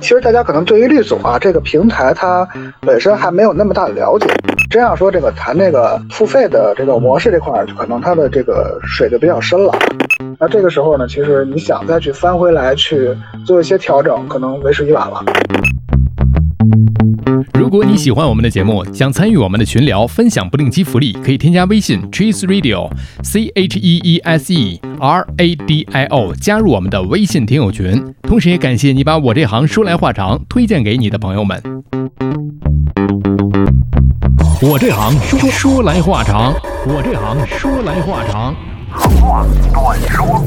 其实大家可能对于律所啊这个平台它本身还没有那么大的了解，这样说这个谈这个付费的这个模式这块，可能它的这个水就比较深了。那这个时候呢，其实你想再去翻回来去做一些调整，可能为时已晚了。 如果你喜欢我们的节目，想参与我们的群聊，分享不定期福利，可以添加微信 Cheese Radio CHEESE RADIO 加入我们的微信听友群。同时也感谢你把我这行说来话长推荐给你的朋友们。我这行说来话长，我这行说来话长。话短说。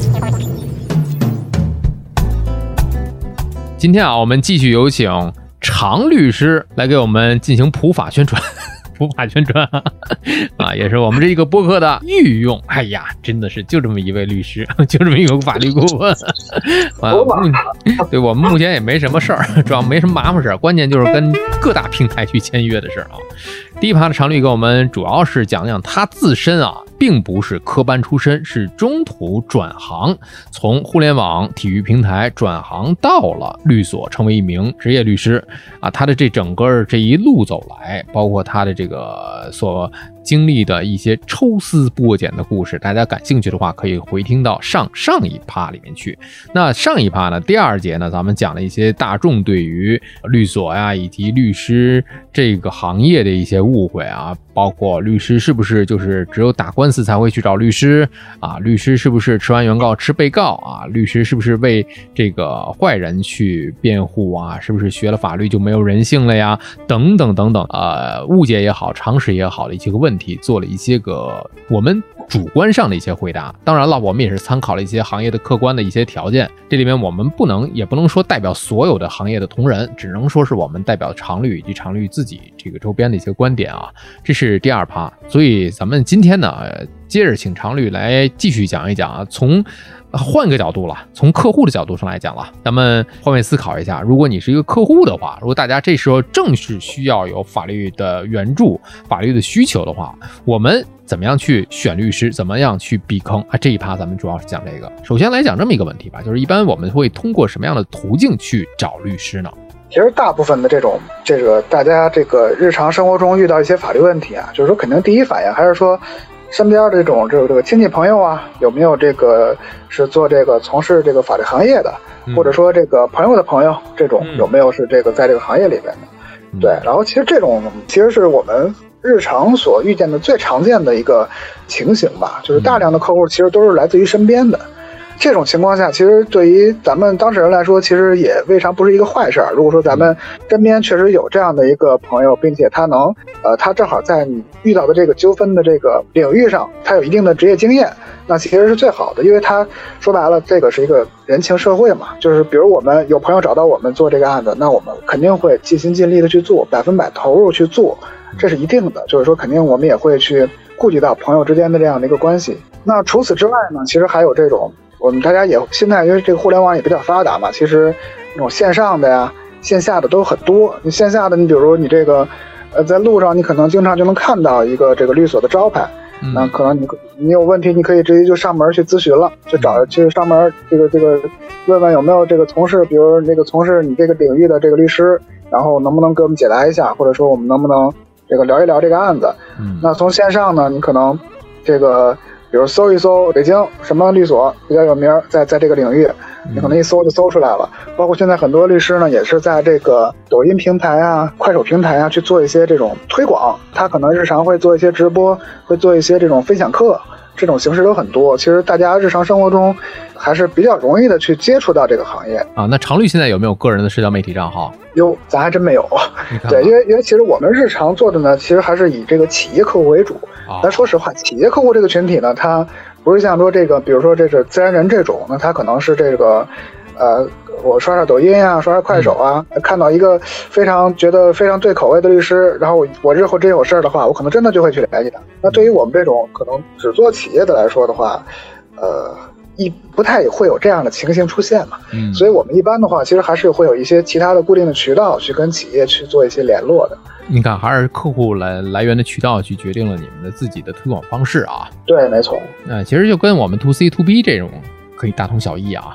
今天啊，我们继续有请常律师来给我们进行普法宣传。普法宣传啊，也是我们这一个播客的御用。哎呀，真的是就这么一位律师，就这么一个法律顾问。对，我们目前也没什么事儿，主要没什么麻烦事儿，关键就是跟各大平台去签约的事儿啊。第一趴的常律给我们主要是讲讲他自身啊，并不是科班出身，是中途转行，从互联网体育平台转行到了律所，成为一名职业律师啊。他的这整个这一路走来，包括他的这个所经历的一些抽丝剥茧的故事，大家感兴趣的话可以回听到上一趴里面去。那上一趴呢，第二节呢，咱们讲了一些大众对于律所呀以及律师这个行业的一些误会啊，包括律师是不是就是只有打官司才会去找律师啊？律师是不是吃完原告吃被告啊？律师是不是为这个坏人去辩护啊？是不是学了法律就没有人性了呀？等等等等，误解也好，常识也好的一些个问题，做了一些个我们主观上的一些回答。当然了，我们也是参考了一些行业的客观的一些条件，这里面我们也不能说代表所有的行业的同仁，只能说是我们代表常律以及常律自己这个周边的一些观点啊。这是第二趴，所以咱们今天呢，接着请常律来继续讲一讲啊，换个角度了，从客户的角度上来讲了，咱们换位思考一下，如果你是一个客户的话，如果大家这时候正是需要有法律的援助、法律的需求的话，我们怎么样去选律师，怎么样去避坑啊？这一趴咱们主要是讲这个。首先来讲这么一个问题吧，就是一般我们会通过什么样的途径去找律师呢？ 其实大部分的这个大家这个日常生活中遇到一些法律问题啊，就是说肯定第一反应还是说身边的这个亲戚朋友啊，有没有这个是做这个从事这个法律行业的，或者说这个朋友的朋友，这种有没有是这个在这个行业里边的？对，然后其实这种其实是我们日常所遇见的最常见的一个情形吧，就是大量的客户其实都是来自于身边的。这种情况下，其实对于咱们当事人来说，其实也未尝不是一个坏事儿。如果说咱们身边确实有这样的一个朋友，并且他正好在你遇到的这个纠纷的这个领域上，他有一定的职业经验，那其实是最好的，因为他说白了，这个是一个人情社会嘛。就是比如我们有朋友找到我们做这个案子，那我们肯定会尽心尽力的去做，100%投入去做，这是一定的。就是说，肯定我们也会去顾及到朋友之间的这样的一个关系。那除此之外呢，其实还有这种。我们大家也现在因为这个互联网也比较发达嘛，其实那种线上的呀、线下的都很多。你线下的，你比如你这个在路上，你可能经常就能看到一个这个律所的招牌，那可能你有问题，你可以直接就上门去咨询了，去上门这个问问有没有这个从事，比如那个从事你这个领域的这个律师，然后能不能给我们解答一下，或者说我们能不能这个聊一聊这个案子。那从线上呢，你可能这个。比如搜一搜北京什么律所比较有名，在这个领域，你可能一搜就搜出来了。包括现在很多律师呢，也是在这个抖音平台啊、快手平台啊去做一些这种推广。他可能日常会做一些直播，会做一些这种分享课，这种形式都很多。其实大家日常生活中还是比较容易的去接触到这个行业啊。那常律现在有没有个人的社交媒体账号？ 有，咱还真没有。对，因为其实我们日常做的呢，其实还是以这个企业客户为主。但说实话，企业客户这个群体呢，它不是像说这个，比如说这是自然人这种，那他可能是这个，我刷刷抖音啊，刷刷快手啊，看到一个觉得非常对口味的律师，然后我日后真有事儿的话，我可能真的就会去联系他。那对于我们这种可能只做企业的来说的话，不太会有这样的情形出现嘛。所以我们一般的话，其实还是会有一些其他的固定的渠道去跟企业去做一些联络的。 你看，还是客户来源的渠道去决定了你们的自己的推广方式啊。 对，没错。 其实就跟我们 to C to B 这种可以大同小异啊。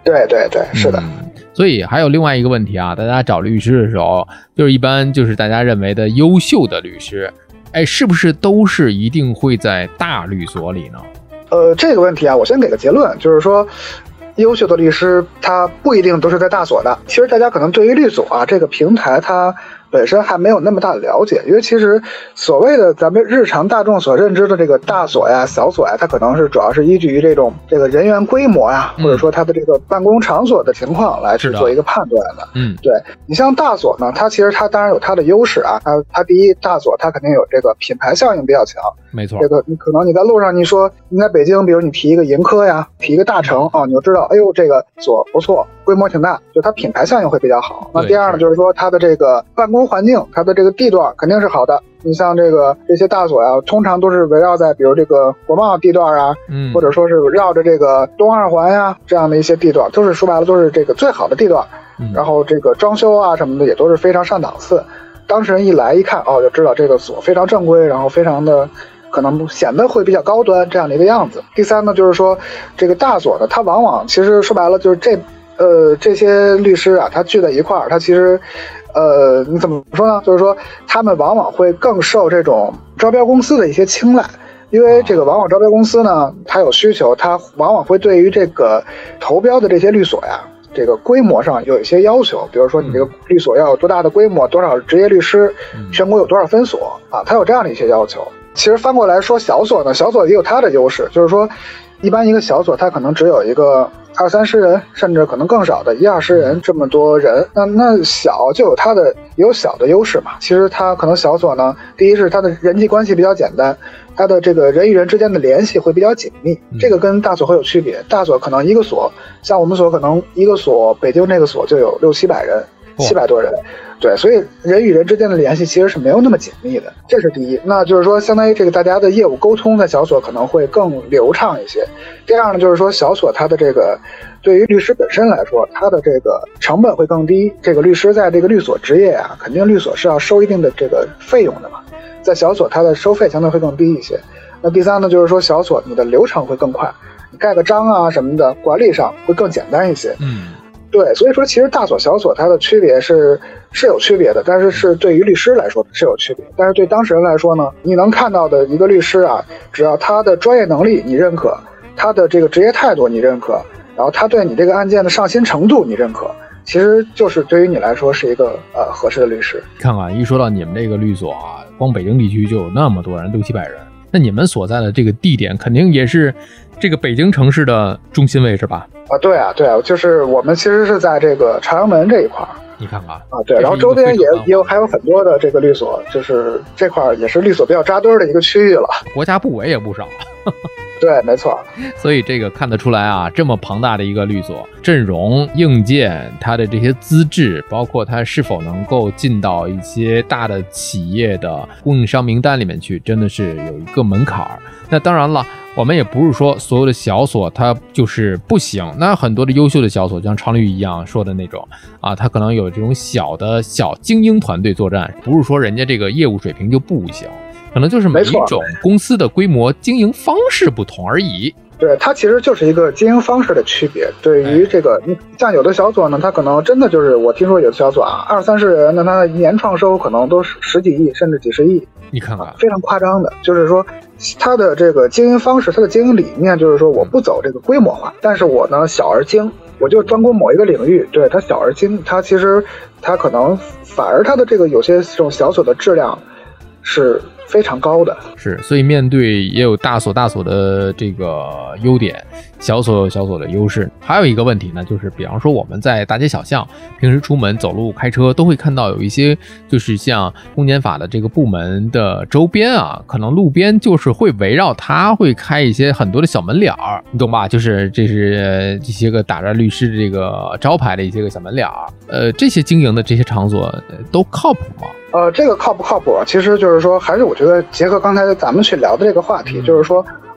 对对对，是的。 所以还有另外一个问题啊，大家找律师的时候，就是一般就是大家认为的优秀的律师，是不是都是一定会在大律所里呢？ 这个问题啊，我先给个结论，就是说，优秀的律师他不一定都是在大所的。其实大家可能对于律所啊这个平台，它本身还没有那么大的了解，因为其实所谓的咱们日常大众所认知的这个大所呀、小所呀，它可能是主要是依据于这个人员规模呀，或者说它的这个办公场所的情况来去做一个判断的。对，你像大所呢，它其实它当然有它的优势啊，它第一，大所它肯定有这个品牌效应比较强。 没错， 这个你可能你在路上你说你在北京，比如你提一个盈科呀，提一个大成啊，你就知道，哎呦这个所不错，规模挺大，就它品牌效应会比较好。那第二呢，就是说它的这个办公环境，它的这个地段肯定是好的。你像这些大所呀，通常都是围绕在比如这个国贸地段啊，或者说是绕着这个东二环呀这样的一些地段，都是说白了都是这个最好的地段。然后这个装修啊什么的也都是非常上档次。当事人一来一看，哦，就知道这个所非常正规，然后非常的可能显得会比较高端这样的一个样子。第三呢，就是说这个大所呢，它往往其实说白了就是这些律师啊，他聚在一块儿，他其实你怎么说呢？就是说他们往往会更受这种招标公司的一些青睐。因为这个往往招标公司呢，它有需求，它往往会对于这个投标的这些律所呀，这个规模上有一些要求，比如说你这个律所要有多大的规模，多少职业律师，全国有多少分所啊，它有这样的一些要求。其实翻过来说小所呢，小所也有它的优势，就是说一般一个小所它可能只有一个20-30人，甚至可能更少的10-20人这么多人，那小就有它的也有小的优势嘛。其实它可能小所呢，第一是它的人际关系比较简单，它的这个人与人之间的联系会比较紧密，这个跟大所会有区别。大所可能一个所，像我们所可能一个所，北京这个所就有600-700人，700多人，对，所以人与人之间的联系其实是没有那么紧密的，这是第一。那就是说，相当于这个大家的业务沟通在小所可能会更流畅一些。第二呢，就是说小所它的这个对于律师本身来说，它的这个成本会更低。这个律师在这个律所执业啊，肯定律所是要收一定的这个费用的嘛。在小所它的收费相对会更低一些。那第三呢，就是说小所你的流程会更快，你盖个章啊什么的，管理上会更简单一些。对，所以说其实大所小所它的区别是有区别的，但是对于律师来说是有区别，但是对当事人来说呢，你能看到的一个律师啊，只要他的专业能力你认可，他的这个职业态度你认可，然后他对你这个案件的上心程度你认可，其实就是对于你来说是一个合适的律师。 看看一说到你们这个律所啊，光北京地区就有那么多人，600-700人，那你们所在的这个地点肯定也是这个北京城市的中心位置吧？ 对啊，就是我们其实是在这个朝阳门这一块儿。 你看看啊，对，然后周边还有很多的这个律所，就是这块也是律所比较扎堆的一个区域了。 国家部委也不少。 对，没错。 所以这个看得出来啊，这么庞大的一个律所，阵容、硬件，它的这些资质，包括它是否能够进到一些大的企业的供应商名单里面去，真的是有一个门槛。那当然了，我们也不是说所有的小所它就是不行，那很多的优秀的小所，就像常律一样说的那种啊，它可能有这种小精英团队作战，不是说人家这个业务水平就不行，可能就是每一种公司的规模经营方式不同而已。 对，它其实就是一个经营方式的区别。对于这个，像有的小所呢，它可能真的就是我听说有的小所啊，20-30人，那它的年创收可能都是10几亿甚至几十亿。 你看看， 非常夸张的，就是说它的这个经营方式，它的经营理念就是说我不走这个规模化，但是我呢小而精，我就专攻某一个领域，对，它小而精，它其实它可能反而它的这个有些这种小所的质量是非常高的。 是，所以面对也有大所的这个优点，小所有小所的优势。还有一个问题呢，就是比方说我们在大街小巷平时出门走路开车都会看到有一些就是像公检法的这个部门的周边啊，可能路边就是会围绕它会开一些很多的小门脸儿，你懂吧？就是这是一些个打着律师这个招牌的一些个小门脸儿。这些经营的这些场所都靠谱吗？这个靠不靠谱，其实就是说，还是我觉得结合刚才咱们去聊的这个话题，就是说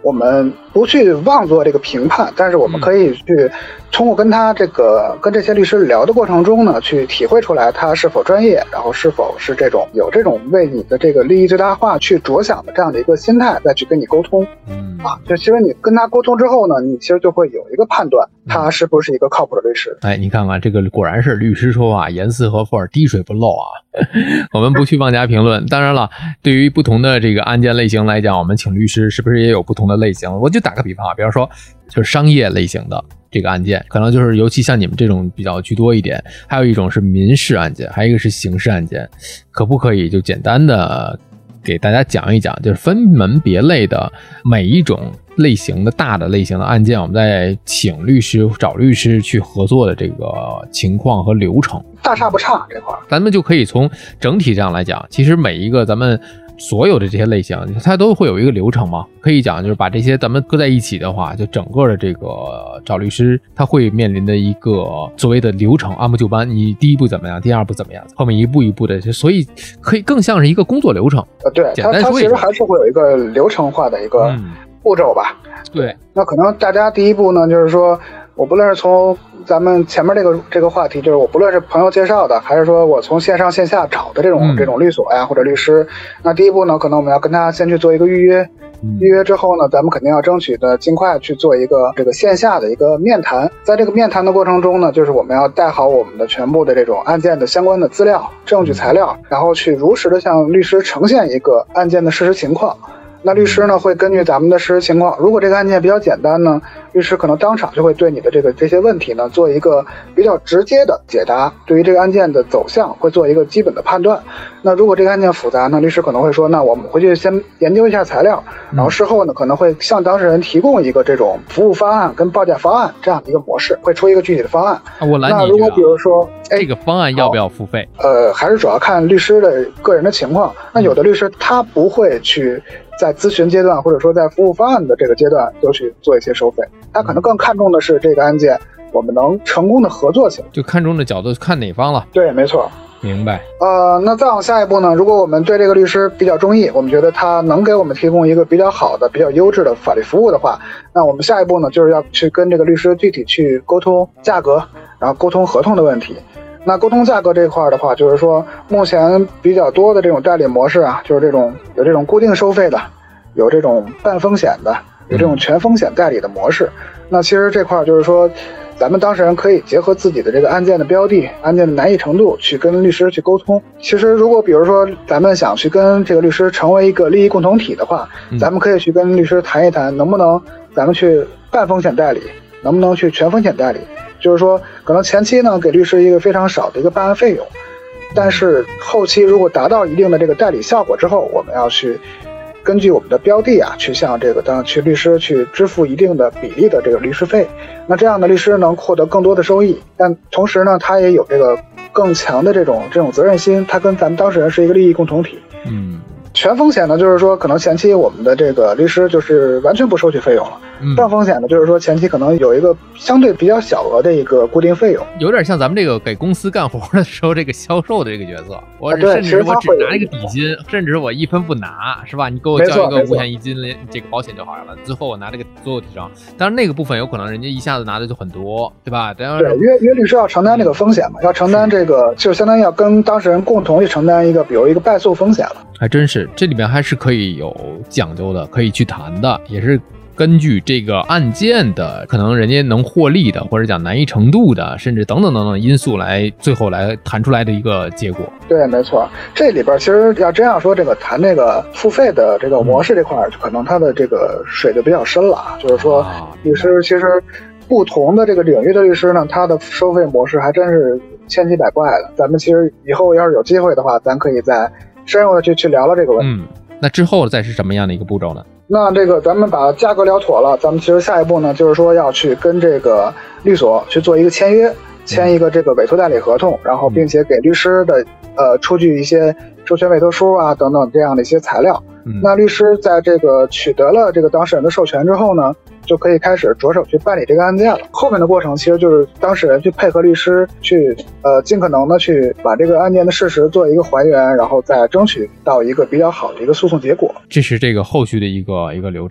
我们不去妄做这个评判，但是我们可以去通过跟这些律师聊的过程中呢，去体会出来他是否专业，然后是否是有这种为你的这个利益最大化去着想的这样的一个心态，再去跟你沟通。就其实你跟他沟通之后呢，你其实就会有一个判断，他是不是一个靠谱的律师。 你看看这个果然是律师说话严丝合缝，滴水不漏啊。我们不去妄加评论。当然了，对于不同的这个案件类型来讲，我们请律师是不是也有不同的类型？我就打个比方啊，比方说就是商业类型的这个案件，可能就是尤其像你们这种比较居多一点，还有一种是民事案件，还有一个是刑事案件。可不可以就简单的给大家讲一讲，就是分门别类的每一种类型的大的类型的案件，我们在请律师找律师去合作的这个情况和流程？ 大差不差这块咱们就可以从整体上来讲，其实每一个咱们所有的这些类型它都会有一个流程嘛，可以讲就是把这些咱们搁在一起的话，就整个的这个找律师他会面临的一个所谓的流程，按部就班，你第一步怎么样，第二步怎么样，后面一步一步的，所以可以更像是一个工作流程。 对，它其实还是会有一个流程化的一个步骤吧。 对， 那可能大家第一步呢，就是说我不论是从咱们前面这个话题，就是我不论是朋友介绍的，还是说我从线上线下找的这种律所呀或者律师，那第一步呢，可能我们要跟他先去做一个预约。预约之后呢，咱们肯定要争取的尽快去做一个这个线下的一个面谈。在这个面谈的过程中呢，就是我们要带好我们的全部的这种案件的相关的资料、证据材料，然后去如实的向律师呈现一个案件的事实情况。那律师呢会根据咱们的事实情况，如果这个案件比较简单呢，律师可能当场就会对你的这些问题呢做一个比较直接的解答，对于这个案件的走向会做一个基本的判断。那如果这个案件复杂呢，律师可能会说，那我们回去先研究一下材料，然后事后呢可能会向当事人提供一个这种服务方案跟报价方案这样的一个模式，会出一个具体的方案。 我拦你一句啊， 那如果比如说这个方案要不要付费？ 还是主要看律师的个人的情况。那有的律师他不会去在咨询阶段或者说在服务方案的这个阶段就去做一些收费，他可能更看重的是这个案件我们能成功的合作起来， 就看重的角度看哪方了。 对，没错。 明白。 那再往下一步呢，如果我们对这个律师比较中意，我们觉得他能给我们提供一个比较好的比较优质的法律服务的话，那我们下一步呢就是要去跟这个律师具体去沟通价格，然后沟通合同的问题。那沟通价格这块的话，就是说目前比较多的这种代理模式啊，就是有这种固定收费的，有这种半风险的，有这种全风险代理的模式。那其实这块就是说咱们当事人可以结合自己的这个案件的标的、案件的难易程度去跟律师去沟通。其实如果比如说咱们想去跟这个律师成为一个利益共同体的话，咱们可以去跟律师谈一谈，能不能咱们去半风险代理，能不能去全风险代理。就是说可能前期呢给律师一个非常少的一个办案费用，但是后期如果达到一定的这个代理效果之后，我们要去根据我们的标的啊，去向这个去律师去支付一定的比例的这个律师费。那这样的律师能获得更多的收益，但同时呢他也有这个更强的这种责任心，他跟咱们当事人是一个利益共同体。全风险呢，就是说可能前期我们的这个律师就是完全不收取费用了。半风险呢，就是说前期可能有一个相对比较小额的一个固定费用， 有点像咱们这个给公司干活的时候这个销售的这个角色。甚至我只拿一个底薪，甚至我一分不拿，是吧？你给我交一个五险一金这个保险就好了，最后我拿这个所有提成。当然那个部分有可能人家一下子拿的就很多，对吧？对， 约律师要承担这个风险嘛，要承担这个就是相当于要跟当事人共同去承担一个比如一个败诉风险了。 还真是，这里面还是可以有讲究的，可以去谈的，也是根据这个案件的可能人家能获利的，或者讲难易程度的，甚至等等因素来最后来谈出来的一个结果。对， 没错。这里边其实要真要说这个谈这个付费的这个模式这块，可能它的这个水就比较深了。就是说律师其实不同的这个领域的律师呢，他的收费模式还真是千奇百怪的。咱们其实以后要是有机会的话，咱可以再深入的去聊聊这个问题。 那之后再是什么样的一个步骤呢？ 那这个咱们把价格聊妥了，咱们其实下一步呢，就是说要去跟这个律所去做一个签约，签一个这个委托代理合同，然后并且给律师的出具一些授权委托书啊等等这样的一些材料。那律师在这个取得了这个当事人的授权之后呢，就可以开始着手去办理这个案件了。后面的过程其实就是当事人去配合律师去尽可能的去把这个案件的事实做一个还原，然后再争取到一个比较好的一个诉讼结果。 这是这个后续的一个流程。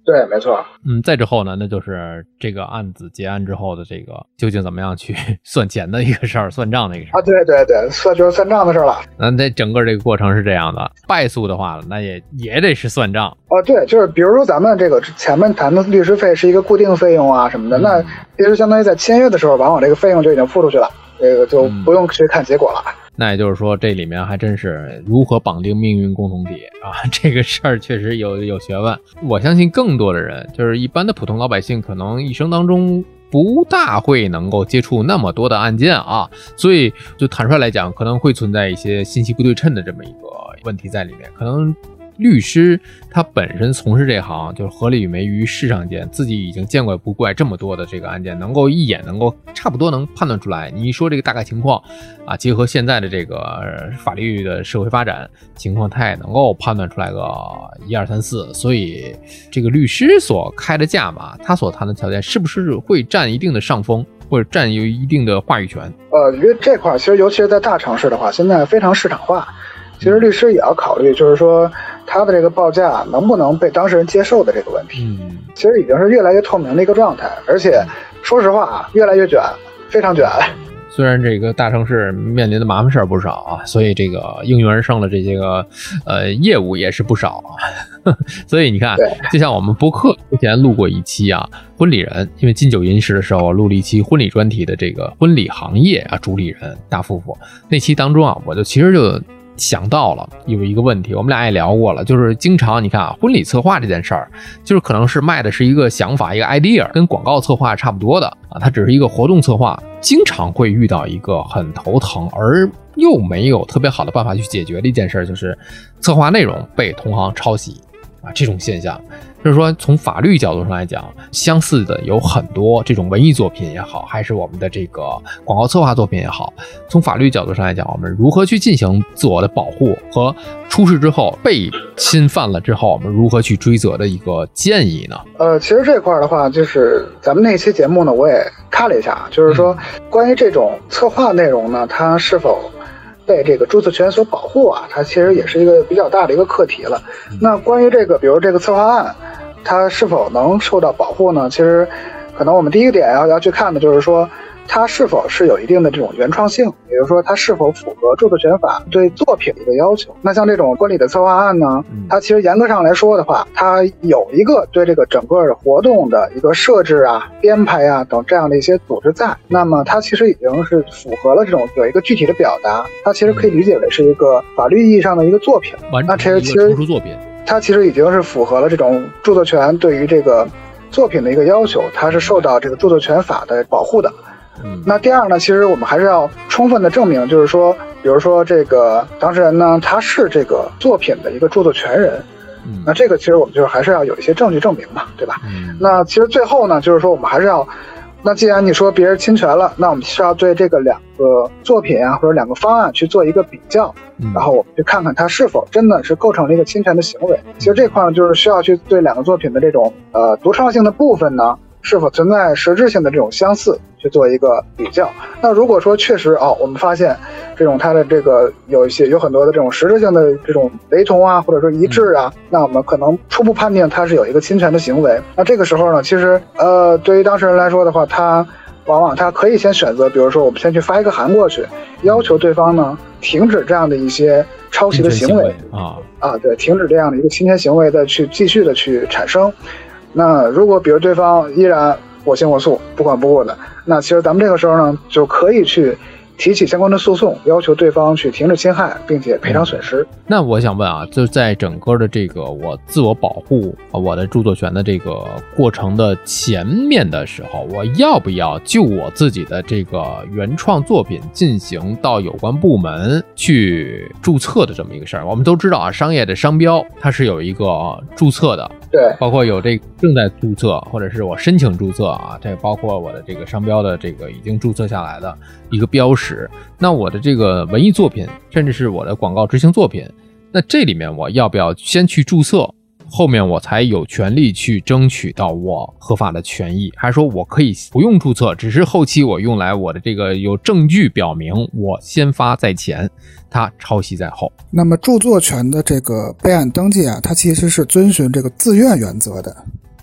对，没错。 再之后呢，那就是这个案子结案之后的这个究竟怎么样去算钱的一个事儿，算账的一个事儿啊。对，就是算账的事儿了。 那这整个这个过程是这样的，败诉的话，那也得是算账。 对，就是比如说咱们这个前面谈的律师费是一个固定费用啊什么的，那其实相当于在签约的时候，往往这个费用就已经付出去了，这个就不用去看结果了。 那也就是说，这里面还真是如何绑定命运共同体啊，这个事儿确实有学问。我相信更多的人，就是一般的普通老百姓，可能一生当中不大会能够接触那么多的案件啊，所以就坦率来讲，可能会存在一些信息不对称的这么一个问题在里面。可能律师他本身从事这行，就是河里与没鱼世上见，自己已经见怪不怪这么多的这个案件，能够一眼能够差不多能判断出来。你一说这个大概情况啊，结合现在的这个法律的社会发展情况，他也能够判断出来个1、2、3、4。所以这个律师所开的价码，他所谈的条件是不是会占一定的上风，或者占有一定的话语权？ 因为这块其实尤其是在大城市的话，现在非常市场化。其实律师也要考虑，就是说他的这个报价能不能被当事人接受的这个问题。其实已经是越来越透明的一个状态，而且说实话啊，越来越卷，非常卷。 虽然这个大城市面临的麻烦事儿不少啊，所以这个应运而生的这些个业务也是不少啊。所以你看，就像我们播客之前录过一期啊，婚礼人，因为金九银十的时候录了一期婚礼专题的这个婚礼行业啊主理人大夫妇，那期当中啊，我就其实就想到了有一个问题，我们俩也聊过了，就是经常你看啊，婚礼策划这件事儿，就是可能是卖的是一个想法，一个 idea， 跟广告策划差不多的啊，它只是一个活动策划，经常会遇到一个很头疼而又没有特别好的办法去解决的一件事，就是策划内容被同行抄袭啊，这种现象。就是说从法律角度上来讲，相似的有很多，这种文艺作品也好，还是我们的这个广告策划作品也好，从法律角度上来讲，我们如何去进行自我的保护和出事之后被侵犯了之后我们如何去追责的一个建议呢？ 其实这块的话，就是咱们那期节目呢，我也看了一下，就是说关于这种策划内容呢，它是否被这个著作权所保护啊，它其实也是一个比较大的一个课题了。那关于这个，比如这个策划案，它是否能受到保护呢？其实可能我们第一个点要去看的就是说，它是否是有一定的这种原创性，也就是说它是否符合著作权法对作品的一个要求。那像这种婚礼的策划案呢，它其实严格上来说的话，它有一个对这个整个活动的一个设置啊、编排啊等这样的一些组织在，那么它其实已经是符合了这种有一个具体的表达，它其实可以理解为是一个法律意义上的一个作品。 那其实成熟作品， 它其实已经是符合了这种著作权对于这个作品的一个要求，它是受到这个著作权法的保护的。那第二呢，其实我们还是要充分的证明，就是说，比如说这个当事人呢，他是这个作品的一个著作权人。那这个其实我们就是还是要有一些证据证明嘛，对吧？那其实最后呢，就是说我们还是要，那既然你说别人侵权了，那我们是要对这个两个作品啊或者两个方案去做一个比较，然后我们去看看它是否真的是构成了一个侵权的行为。其实这块呢，就是需要去对两个作品的这种独创性的部分呢，是否存在实质性的这种相似去做一个比较。那如果说确实我们发现这种它的这个有很多的这种实质性的这种雷同啊，或者说一致啊，那我们可能初步判定它是有一个侵权的行为。那这个时候呢，其实对于当事人来说的话，他往往他可以先选择，比如说我们先去发一个函过去，要求对方呢停止这样的一些抄袭的行为对，停止这样的一个侵权行为的去继续的去产生。那如果比如对方依然我行我素，不管不顾的，那其实咱们这个时候呢，就可以去提起相关的诉讼，要求对方去停止侵害，并且赔偿损失。 那我想问啊，就在整个的这个我自我保护我的著作权的这个过程的前面的时候，我要不要就我自己的这个原创作品进行到有关部门去注册的这么一个事儿？我们都知道啊，商业的商标它是有一个注册的， 对， 包括有这个正在注册，或者是我申请注册啊，这包括我的这个商标的这个已经注册下来的一个标识。那我的这个文艺作品，甚至是我的广告执行作品，那这里面我要不要先去注册，后面我才有权利去争取到我合法的权益？还是说我可以不用注册，只是后期我用来我的这个有证据表明我先发在前，它抄袭在后？ 那么著作权的这个备案登记啊，它其实是遵循这个自愿原则的。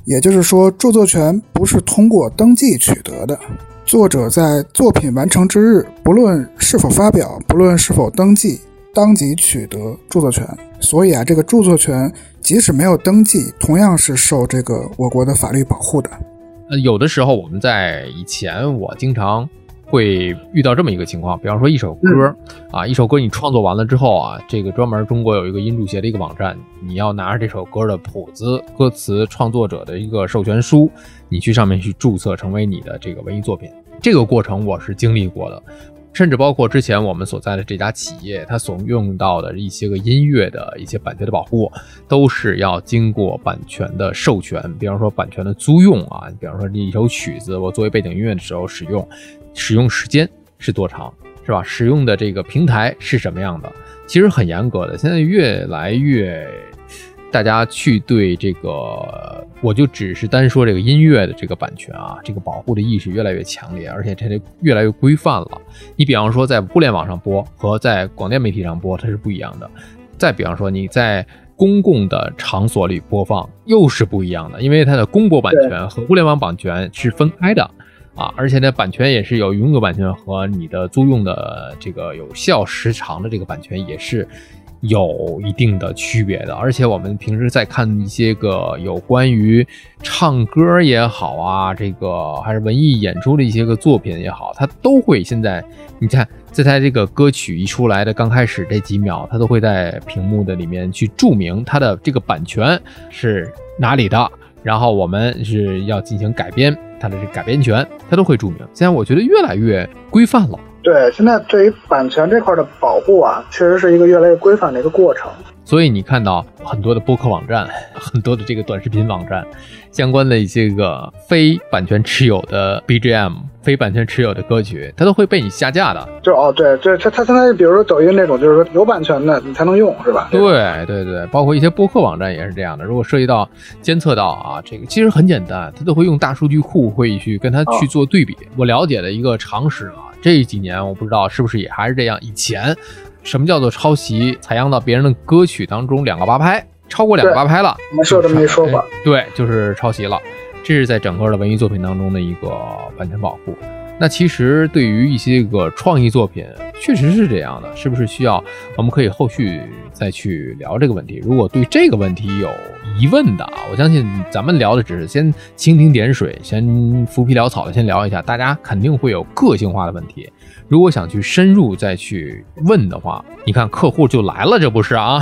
也就是说，著作权不是通过登记取得的。作者在作品完成之日，不论是否发表，不论是否登记，当即取得著作权。所以这个著作权即使没有登记，同样是受这个我国的法律保护的。 有的时候我们在以前我经常会遇到这么一个情况，比方说一首歌一首歌你创作完了之后啊，这个专门中国有一个音著协的一个网站，你要拿着这首歌的谱子、歌词、创作者的一个授权书，你去上面去注册成为你的这个文艺作品。这个过程我是经历过的，甚至包括之前我们所在的这家企业，它所用到的一些个音乐的一些版权的保护，都是要经过版权的授权。比方说版权的租用啊，比方说这一首曲子我作为背景音乐的时候使用时间是多长，是吧？使用的这个平台是什么样的，其实很严格的。现在越来越大家去对这个，我就只是单说这个音乐的这个版权啊，这个保护的意识越来越强烈，而且它越来越规范了。你比方说在互联网上播和在广电媒体上播它是不一样的，再比方说你在公共的场所里播放又是不一样的，因为它的公播版权和互联网版权是分开的而且呢版权也是有永久版权和你的租用的这个有效时长的这个版权也是有一定的区别的。而且我们平时在看一些个有关于唱歌也好啊，这个还是文艺演出的一些个作品也好，它都会现在你看在它这个歌曲一出来的刚开始这几秒，它都会在屏幕的里面去注明它的这个版权是哪里的，然后我们是要进行改编，它的这个改编权它都会注明。现在我觉得越来越规范了。 对，现在对于版权这块的保护啊，确实是一个越来越规范的一个过程。 所以你看到很多的播客网站，很多的这个短视频网站，相关的一些个非版权持有的 BGM、非版权持有的歌曲，它都会被你下架的。 对，它现在比如说抖音这种，就是说有版权的你才能用，是吧？ 对，包括一些播客网站也是这样的。如果涉及到监测到这个其实很简单，它都会用大数据库会去跟它去做对比。我了解的一个常识这几年我不知道是不是也还是这样。以前什么叫做抄袭？采样到别人的歌曲当中2个八拍，超过2个八拍了， 我们是有这么一说法。 对，就是抄袭了。这是在整个的文艺作品当中的一个版权保护。那其实对于一些个创意作品确实是这样的，是不是需要我们可以后续再去聊这个问题。如果对这个问题有疑问的我相信咱们聊的只是先蜻蜓点水，先浮皮潦草的先聊一下，大家肯定会有个性化的问题。如果想去深入再去问的话，你看客户就来了，这不是啊？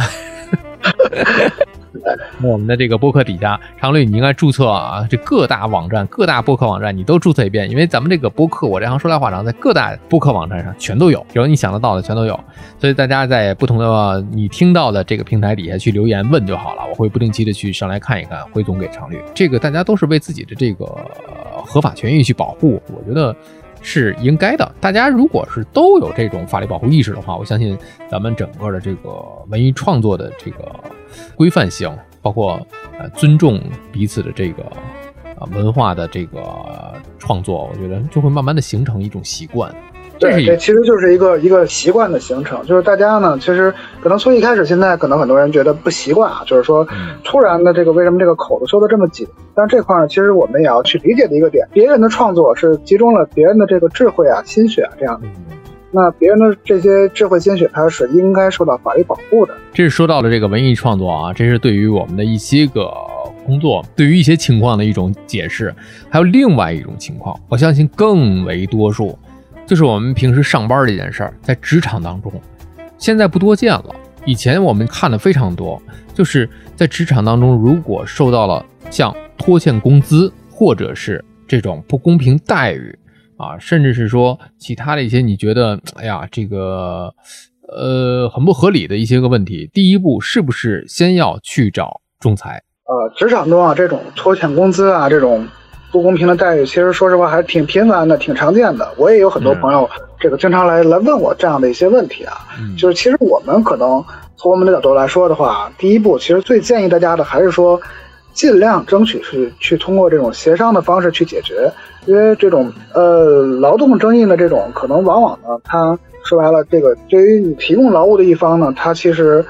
我们的这个播客底下，常律你应该注册这各大网站、各大播客网站你都注册一遍，因为咱们这个播客我这行说来话长，在各大播客网站上全都有，只要你想得到的全都有。所以大家在不同的你听到的这个平台底下去留言问就好了，我会不定期的去上来看一看，汇总给常律。这个大家都是为自己的这个合法权益去保护，我觉得是应该的。大家如果是都有这种法律保护意识的话，我相信咱们整个的这个文艺创作的这个规范性，包括尊重彼此的这个文化的这个创作，我觉得就会慢慢的形成一种习惯。 对，这其实就是一个习惯的形成，就是大家呢，其实可能从一开始，现在可能很多人觉得不习惯就是说突然的这个为什么这个口子收得这么紧？但这块呢，其实我们也要去理解的一个点，别人的创作是集中了别人的这个智慧心血这样的。那别人的这些智慧心血，它是应该受到法律保护的。 这是说到了这个文艺创作这是对于我们的一些个工作，对于一些情况的一种解释。还有另外一种情况，我相信更为多数，就是我们平时上班这件事儿，在职场当中现在不多见了。以前我们看的非常多，就是在职场当中，如果受到了像拖欠工资或者是这种不公平待遇甚至是说其他的一些你觉得这个很不合理的一些个问题，第一步是不是先要去找仲裁？ 职场中这种拖欠工资这种不公平的待遇，其实说实话还挺频繁的，挺常见的。我也有很多朋友这个经常来问我这样的一些问题就是其实我们可能从我们的角度来说的话，第一步其实最建议大家的还是说尽量争取去通过这种协商的方式去解决。因为这种劳动争议的这种可能往往呢，它说白了，这个对于你提供劳务的一方呢，它其实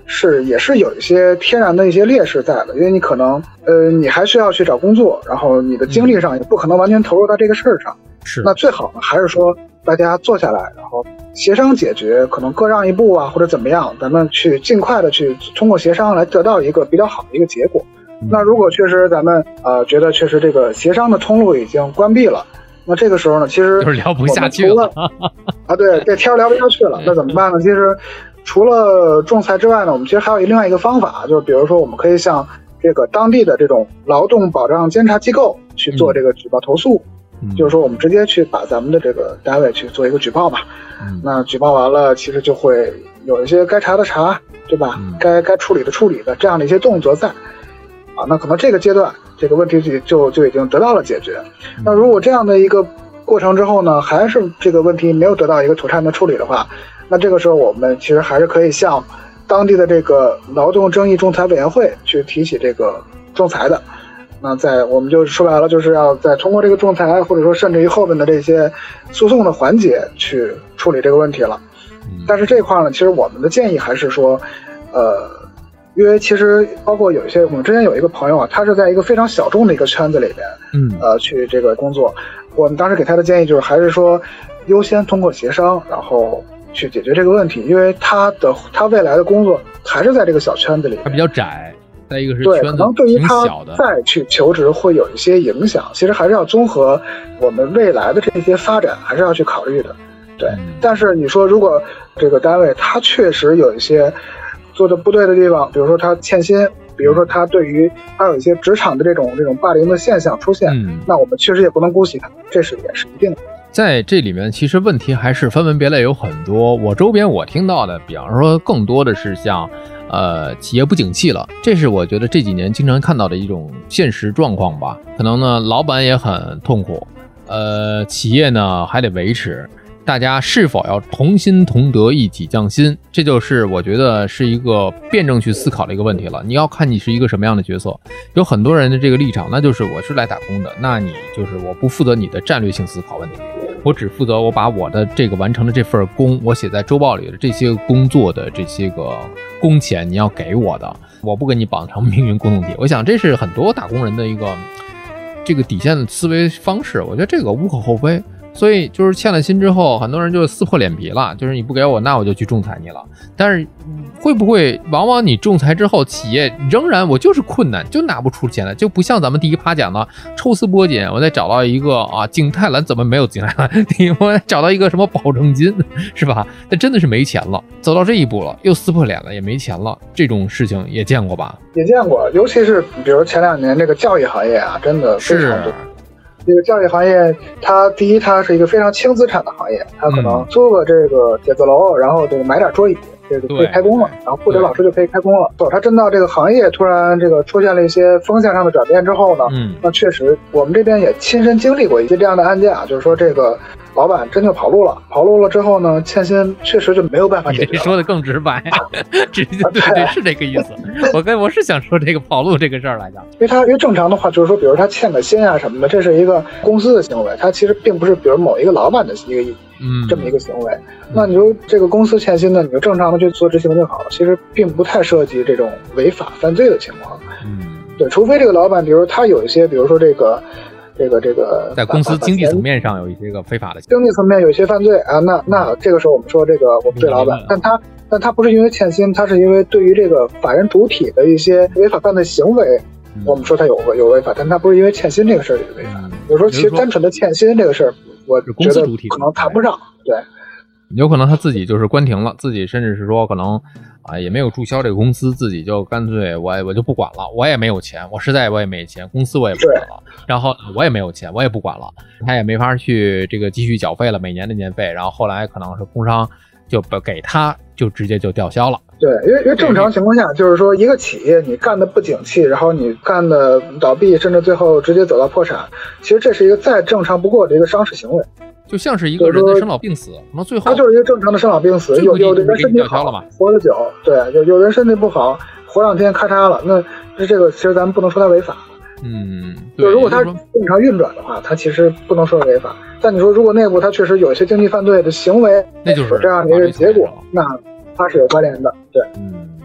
也是有一些天然的一些劣势在的，因为你可能你还需要去找工作，然后你的精力上也不可能完全投入到这个事儿上。 是， 那最好呢还是说大家坐下来，然后协商解决，可能各让一步啊，或者怎么样，咱们去尽快的去通过协商来得到一个比较好的一个结果。那如果确实咱们觉得确实这个协商的通路已经关闭了，那这个时候呢，其实就是聊不下去了啊，对，这天聊不下去了，那怎么办呢？其实除了仲裁之外呢，我们其实还有另外一个方法，就是比如说我们可以向这个当地的这种劳动保障监察机构去做这个举报投诉。就是说我们直接去把咱们的这个单位去做一个举报吧。那举报完了，其实就会有一些该查的查，对吧？该处理的处理的这样的一些动作在啊。那可能这个阶段这个问题就已经得到了解决。那如果这样的一个过程之后呢，还是这个问题没有得到一个妥善的处理的话，那这个时候我们其实还是可以向当地的这个劳动争议仲裁委员会去提起这个仲裁的。那我们就说白了，就是要再通过这个仲裁，或者说甚至于后面的这些诉讼的环节去处理这个问题了。但是这块呢，其实我们的建议还是说，因为其实包括有一些我们之前有一个朋友啊，他是在一个非常小众的一个圈子里边，去这个工作。我们当时给他的建议就是，还是说优先通过协商，然后去解决这个问题，因为他未来的工作还是在这个小圈子里， 它比较窄。再一个是对， 圈子可能对于他小的再去求职会有一些影响。其实还是要综合我们未来的这些发展，还是要去考虑的。对，但是你说如果这个单位他确实有一些做的不对的地方，比如说他欠薪，比如说他对于他有一些职场的这种霸凌的现象出现，那我们确实也不能姑息他，这也是一定的。 在这里面其实问题还是分门别类有很多，我周边我听到的比方说更多的是像企业不景气了，这是我觉得这几年经常看到的一种现实状况吧。可能呢老板也很痛苦，企业呢还得维持，大家是否要同心同德一起降薪，这就是我觉得是一个辩证去思考的一个问题了。你要看你是一个什么样的角色，有很多人的这个立场，那就是我是来打工的，那你就是我不负责你的战略性思考问题，我只负责我把我的这个完成的这份工，我写在周报里的这些工作的这些个工钱你要给我的，我不跟你绑成命运共同体。我想这是很多打工人的一个这个底线的思维方式，我觉得这个无可厚非。所以就是欠了薪之后，很多人就撕破脸皮了，就是你不给我，那我就去仲裁你了。但是会不会往往你仲裁之后，企业仍然我就是困难，就拿不出钱来，就不像咱们第一趴讲的抽丝剥茧，我再找到一个景泰蓝怎么没有景泰蓝，我找到一个什么保证金，是吧？那真的是没钱了，走到这一步了，又撕破脸了，也没钱了，这种事情也见过吧？ 也见过，尤其是比如前2年这个教育行业啊，真的非常多。这个教育行业，它第一，它是一个非常轻资产的行业，它可能租个这个写字楼，然后这个买点桌椅，这个可以开工了，然后雇点老师就可以开工了。它真到这个行业突然这个出现了一些风向上的转变之后呢，那确实我们这边也亲身经历过一些这样的案件啊，就是说这个老板真就跑路了之后呢，欠薪确实就没有办法解决。 你说的更直白，直接对，是这个意思。我是想说这个跑路这个事儿来讲， 因为正常的话就是说，比如他欠个薪啊什么的，这是一个公司的行为，它其实并不是比如某一个老板的这么一个行为。那你说这个公司欠薪呢，你就正常的去做执行就好了，其实并不太涉及这种违法犯罪的情况。对，除非这个老板，比如他有一些，比如说这个在公司经济层面上有一些个非法的经济层面有一些犯罪啊，那这个时候我们说这个我们对老板，但他不是因为欠薪，他是因为对于这个法人主体的一些违法犯罪行为，我们说他有违法，但他不是因为欠薪这个事儿有违法。有时候其实单纯的欠薪这个事儿，我觉得可能谈不上。对， 有可能他自己就是关停了，自己甚至是说可能也没有注销这个公司，自己就干脆我就不管了，我也没有钱，我实在我也没钱，公司我也不管了，然后我也没有钱，我也不管了，他也没法去这个继续缴费了，每年的年费，然后后来可能是工商就给他就直接就吊销了。 对，因为正常情况下就是说一个企业你干的不景气，然后你干的倒闭，甚至最后直接走到破产，其实这是一个再正常不过的一个商事行为， 就像是一个人的生老病死，可能最后它就是一个正常的生老病死。有的人身体好活得久，对，有人身体不好活2天咔嚓了，那这个其实咱们不能说它违法。 对， 如果它正常运转的话，它其实不能说违法。但你说如果内部它确实有一些经济犯罪的行为， 那就是这样的一个结果，那它是有关联的。对，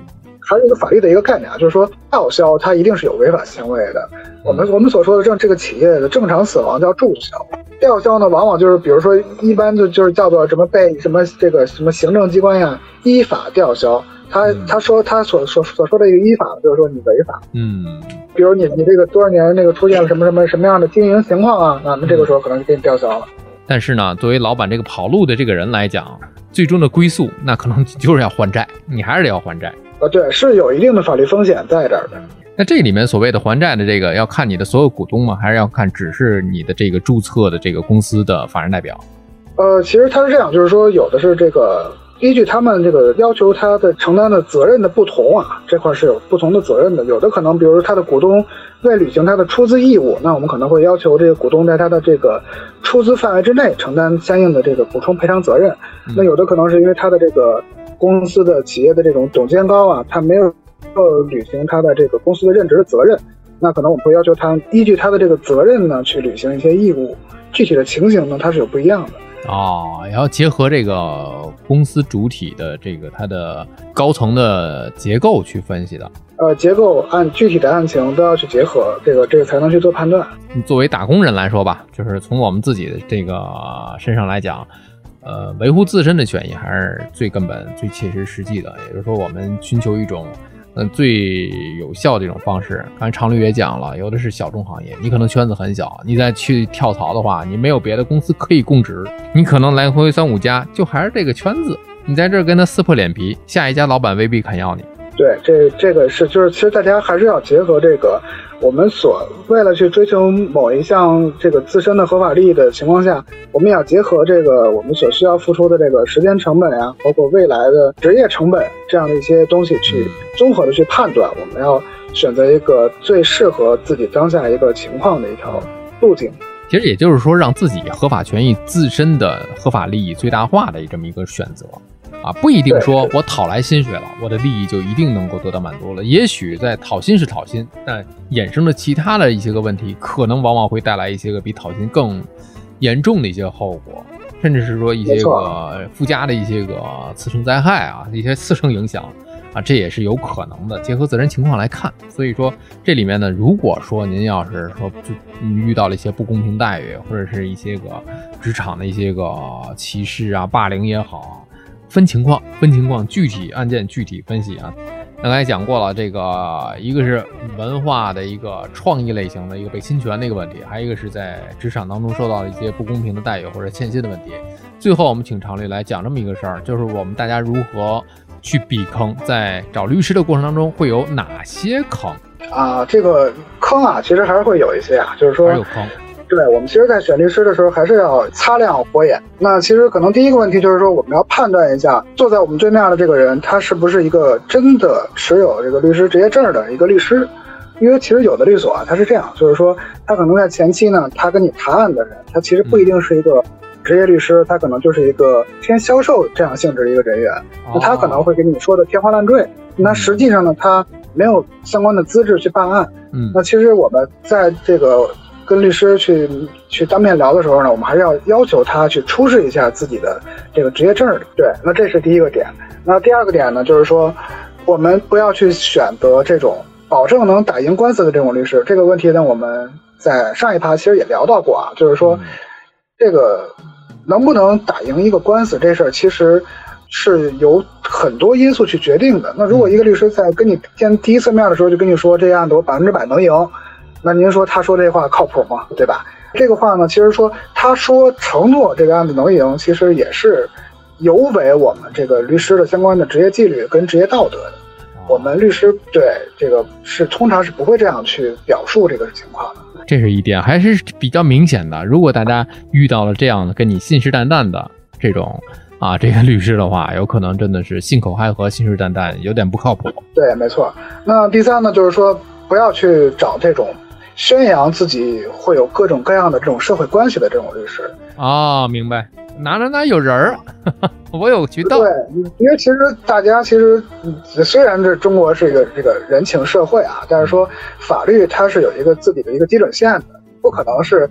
还是一个法律的一个概念啊，就是说吊销它一定是有违法行为的。我们所说的这个企业的正常死亡叫注销，吊销呢往往就是比如说一般就是叫做什么被什么这个什么行政机关呀依法吊销。他说他所说的一个依法，就是说你违法，比如你这个多少年那个出现了什么样的经营情况啊，那这个时候可能就给你吊销了。 但是呢，作为老板这个跑路的这个人来讲，最终的归宿那可能就是要还债，你还是得要还债。 对，是有一定的法律风险在这儿的。 那这里面所谓的还债的这个，要看你的所有股东吗？还是要看只是你的这个注册的这个公司的法人代表？ 其实它是这样，就是说有的是这个。依据他们这个要求，他的承担的责任的不同啊，这块是有不同的责任的。有的可能，比如说他的股东为履行他的出资义务，那我们可能会要求这个股东在他的这个出资范围之内承担相应的这个补充赔偿责任。那有的可能是因为他的这个公司的企业的这种总监高啊，他没有履行他的这个公司的任职的责任，那可能我们会要求他依据他的这个责任呢去履行一些义务。具体的情形呢，它是有不一样的。 也要结合这个公司主体的这个它的高层的结构去分析的。 结构按具体的案情都要去结合，这个才能去做判断。 作为打工人来说吧，就是从我们自己的这个身上来讲，维护自身的权益还是最根本、最切实实际的。也就是说，我们寻求一种最有效的一种方式。刚才常律也讲了，有的是小众行业，你可能圈子很小，你再去跳槽的话，你没有别的公司可以供职，你可能来回3-5家，就还是这个圈子，你在这儿跟他撕破脸皮，下一家老板未必肯要你。 对，这个是就是其实大家还是要结合这个我们为了去追求某一项这个自身的合法利益的情况下，我们也要结合这个我们所需要付出的这个时间成本呀，包括未来的职业成本这样的一些东西去综合的去判断，我们要选择一个最适合自己当下一个情况的一条路径。 其实也就是说，让自己合法权益自身的合法利益最大化的这么一个选择。不一定说我讨来薪水了，我的利益就一定能够得到满足了。也许在讨薪是讨薪，但衍生的其他的一些个问题，可能往往会带来一些个比讨薪更严重的一些后果，甚至是说一些个附加的一些个次生灾害啊，一些次生影响啊，这也是有可能的。结合自身情况来看，所以说这里面呢，如果说您要是说遇到了一些不公平待遇，或者是一些个职场的一些个歧视啊、霸凌也好。分情况，具体案件具体分析啊。刚才讲过了，这个一个是文化的一个创意类型的一个被侵权的一个问题，还有一个是在职场当中受到了一些不公平的待遇或者欠薪的问题。最后我们请常律来讲这么一个事儿，就是我们大家如何去避坑，在找律师的过程当中会有哪些坑啊？这个坑啊，其实还是会有一些啊，就是说还有坑。 对，我们其实在选律师的时候还是要擦亮火眼。那其实可能第一个问题就是说，我们要判断一下坐在我们对面的这个人，他是不是一个真的持有这个律师执业证的一个律师。因为其实有的律所啊，他是这样，就是说他可能在前期呢，他跟你谈案的人，他其实不一定是一个职业律师，他可能就是一个偏销售这样性质的一个人员。那他可能会给你说的天花乱坠，那实际上呢，他没有相关的资质去办案。那其实我们在这个跟律师去当面聊的时候呢，我们还是要求他去出示一下自己的这个职业证的。对，那这是第一个点。那第二个点呢，就是说我们不要去选择这种保证能打赢官司的这种律师。这个问题呢，我们在上一趴其实也聊到过啊，就是说这个能不能打赢一个官司这事儿，其实是由很多因素去决定的。那如果一个律师在跟你见第一次面的时候就跟你说这案子我100%能赢，那您说他说这话靠谱吗？对吧？这个话呢，其实说他说承诺这个案子能赢，其实也是有违我们这个律师的相关的职业纪律跟职业道德的。我们律师对这个通常是不会这样去表述这个情况的。 这是一点，还是比较明显的。如果大家遇到了这样的跟你信誓旦旦的这种这个律师的话，有可能真的是信口开河、信誓旦旦，有点不靠谱。 对，没错。那第三呢，就是说不要去找这种宣扬自己会有各种各样的这种社会关系的这种律师。 明白。哪有人儿，我有渠道。 对，因为其实大家虽然这中国是一个这个人情社会啊，但是说法律它是有一个自己的一个基准线的，不可能是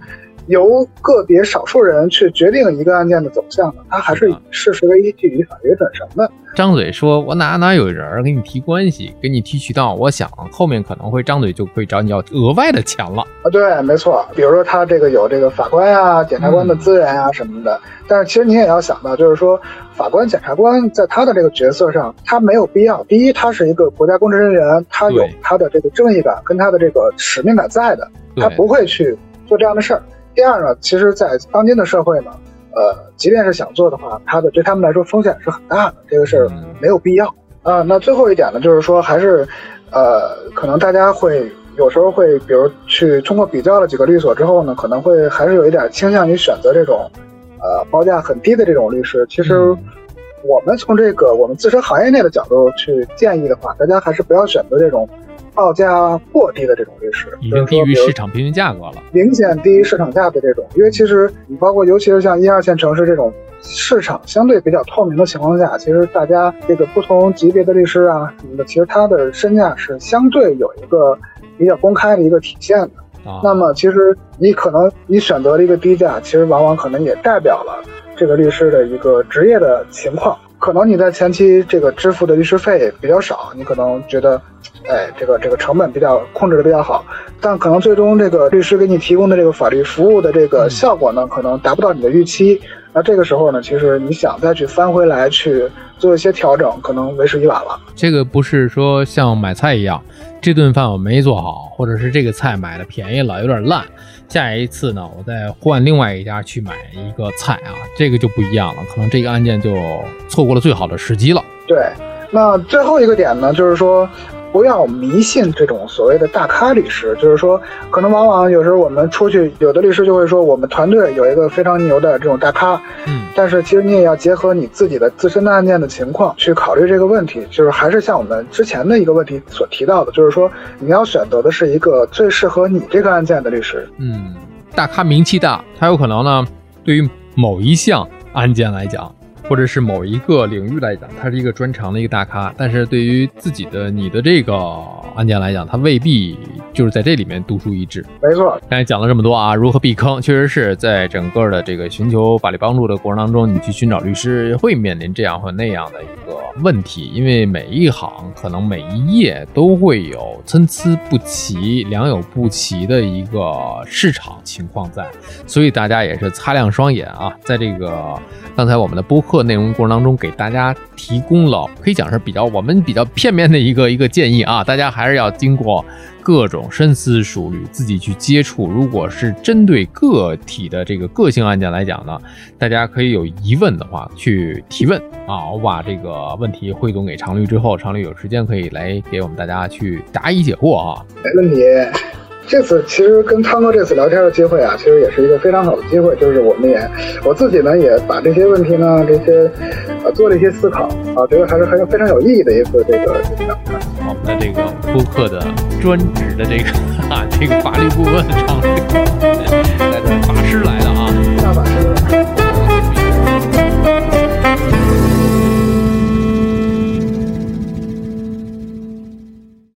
由个别少数人去决定一个案件的走向的，它还是以事实为依据，以法律为准绳的。 张嘴说我哪有人给你提关系，给你提渠道，我想后面可能会张嘴就会找你要额外的钱了啊。对，没错，比如说他这个有这个法官啊、检察官的资源啊什么的，但是其实你也要想到，就是说法官、检察官在他的这个角色上，他没有必要。第一，他是一个国家公职人员，他有他的这个正义感跟他的这个使命感在的，他不会去做这样的事儿。第二呢，其实在当今的社会呢，即便是想做的话，对他们来说风险是很大的，这个事儿没有必要啊。那最后一点呢，就是说还是可能大家会有时候会，比如去通过比较了几个律所之后呢，可能会还是有一点倾向于选择这种报价很低的这种律师。其实我们从这个我们自身行业内的角度去建议的话，大家还是不要选择这种报价过低的这种律师， 已经低于市场平均价格了， 明显低于市场价的这种。因为其实你包括尤其是像1、2线城市这种市场相对比较透明的情况下，其实大家这个不同级别的律师啊什么的，其实他的身价是相对有一个比较公开的一个体现的。那么其实你可能你选择了一个低价，其实往往可能也代表了这个律师的一个职业的情况。可能你在前期这个支付的律师费比较少，你可能觉得这个成本比较控制的比较好，但可能最终这个律师给你提供的这个法律服务的这个效果呢，可能达不到你的预期。那这个时候呢，其实你想再去翻回来去做一些调整，可能为时已晚了。 这个不是说像买菜一样，这顿饭我没做好，或者是这个菜买的便宜了有点烂，下一次呢我再换另外一家去买一个菜啊，这个就不一样了，可能这个案件就错过了最好的时机了。 对，那最后一个点呢，就是说不要迷信这种所谓的大咖律师。就是说可能往往有时候我们出去，有的律师就会说我们团队有一个非常牛的这种大咖，但是其实你也要结合你自己的自身的案件的情况去考虑这个问题。就是还是像我们之前的一个问题所提到的，就是说你要选择的是一个最适合你这个案件的律师。 大咖名气大，他有可能呢对于某一项案件来讲，或者是某一个领域来讲，他是一个专长的一个大咖，但是对于自己的你的这个案件来讲，他未必就是在这里面独树一帜。 没错， 刚才讲了这么多啊，如何避坑，确实是在整个的这个寻求法律帮助的过程当中，你去寻找律师会面临这样或那样的一个问题，因为每一行可能每一页都会有参差不齐、良莠不齐的一个市场情况在，所以大家也是擦亮双眼啊，在这个刚才我们的播客内容过程当中，给大家提供了可以讲是我们比较片面的一个建议啊，大家还是要经过各种深思熟虑，自己去接触。如果是针对个体的这个个性案件来讲呢，大家可以有疑问的话去提问啊，我把这个问题汇总给常律之后，常律有时间可以来给我们大家去答疑解惑啊。 没问题。这次其实跟汤哥这次聊天的机会啊，其实也是一个非常好的机会，就是我自己呢也把这些问题呢做了一些思考啊，觉得还是非常有意义的一次这个聊天。 我们的这个播客的专职的这个法律顾问常律，带着法师来的啊， 大法师。